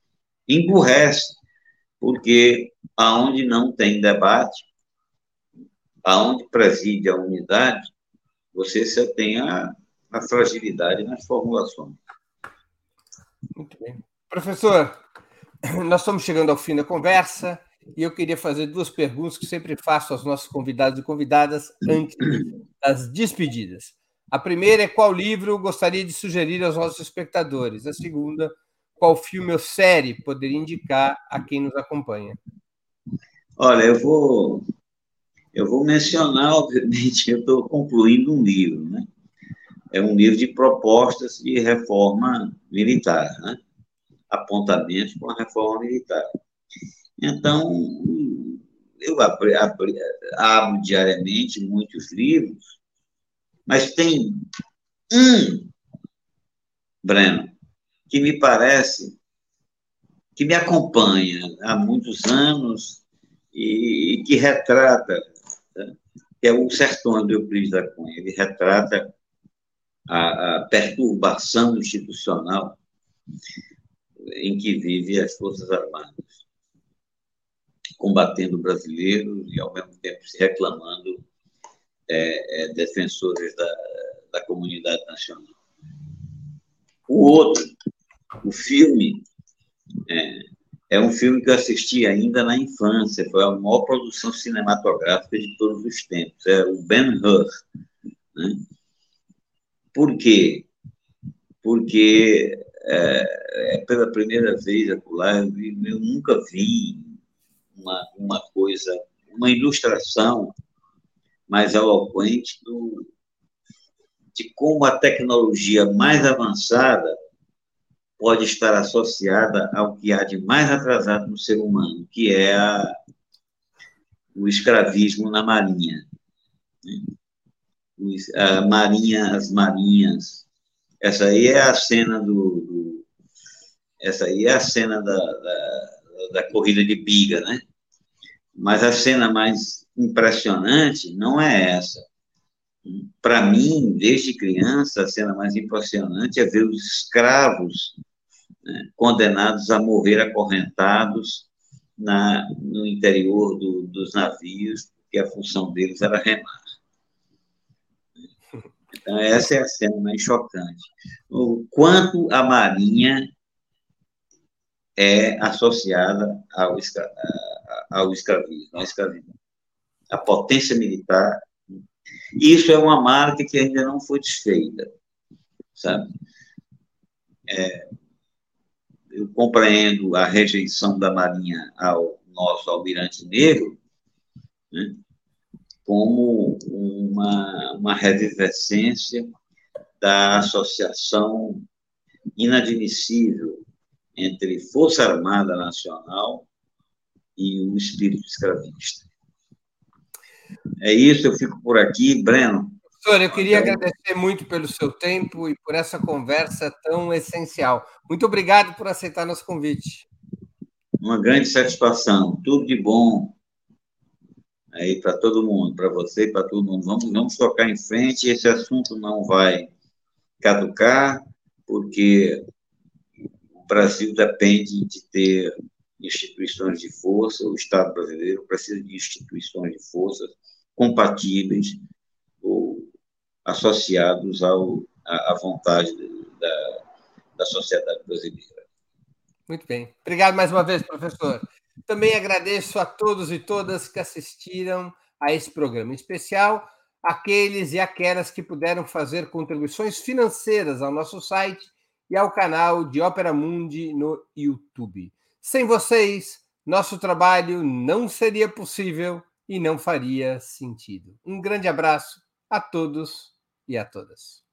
porque aonde não tem debate, aonde preside a unidade, você só tem a fragilidade nas formulações. Muito bem. Professor, nós estamos chegando ao fim da conversa e eu queria fazer duas perguntas que sempre faço aos nossos convidados e convidadas antes das despedidas. A primeira é qual livro gostaria de sugerir aos nossos espectadores? A segunda, qual filme ou série poderia indicar a quem nos acompanha? Olha, eu vou mencionar, obviamente, eu estou concluindo um livro, né? É um livro de propostas de reforma militar, né? Apontamentos com a reforma militar. Então, eu abro diariamente muitos livros, mas tem Breno, que me parece, que me acompanha há muitos anos e que retrata, né? Que é o Sertões do Euclides da Cunha. Ele retrata a perturbação institucional em que vivem as Forças Armadas, combatendo brasileiros e, ao mesmo tempo, se reclamando defensores da comunidade nacional. O outro, o filme, é um filme que eu assisti ainda na infância, foi a maior produção cinematográfica de todos os tempos, é o Ben-Hur, né? Por quê? Porque pela primeira vez acolá, eu nunca vi uma coisa, uma ilustração mais eloquente de como a tecnologia mais avançada pode estar associada ao que há de mais atrasado no ser humano, que é o escravismo na Marinha. As marinhas. Essa aí é a cena essa aí é a cena da corrida de biga, né? Mas a cena mais impressionante não é essa. Para mim, desde criança, a cena mais impressionante é ver os escravos, né, condenados a morrer acorrentados no interior dos navios, porque a função deles era remar. Então, essa é a cena mais chocante. O quanto a Marinha é associada ao escravismo, à escravidão. a potência militar. Isso é uma marca que ainda não foi desfeita, sabe? Eu compreendo a rejeição da Marinha ao nosso almirante negro, né, como uma revivescência da associação inadmissível entre Força Armada Nacional e o espírito escravista. É isso, eu fico por aqui. Breno. Professor, eu queria agradecer muito pelo seu tempo e por essa conversa tão essencial. Muito obrigado por aceitar nosso convite. Uma grande satisfação. Tudo de bom aí para todo mundo, para você e para todo mundo. Vamos tocar em frente. Esse assunto não vai caducar, porque o Brasil depende de ter instituições de força, o Estado brasileiro precisa de instituições de força compatíveis ou associados à vontade da sociedade brasileira. Muito bem. Obrigado mais uma vez, professor. Também agradeço a todos e todas que assistiram a esse programa, em especial aqueles e aquelas que puderam fazer contribuições financeiras ao nosso site e ao canal de Ópera Mundi no YouTube. Sem vocês, nosso trabalho não seria possível e não faria sentido. Um grande abraço a todos e a todas.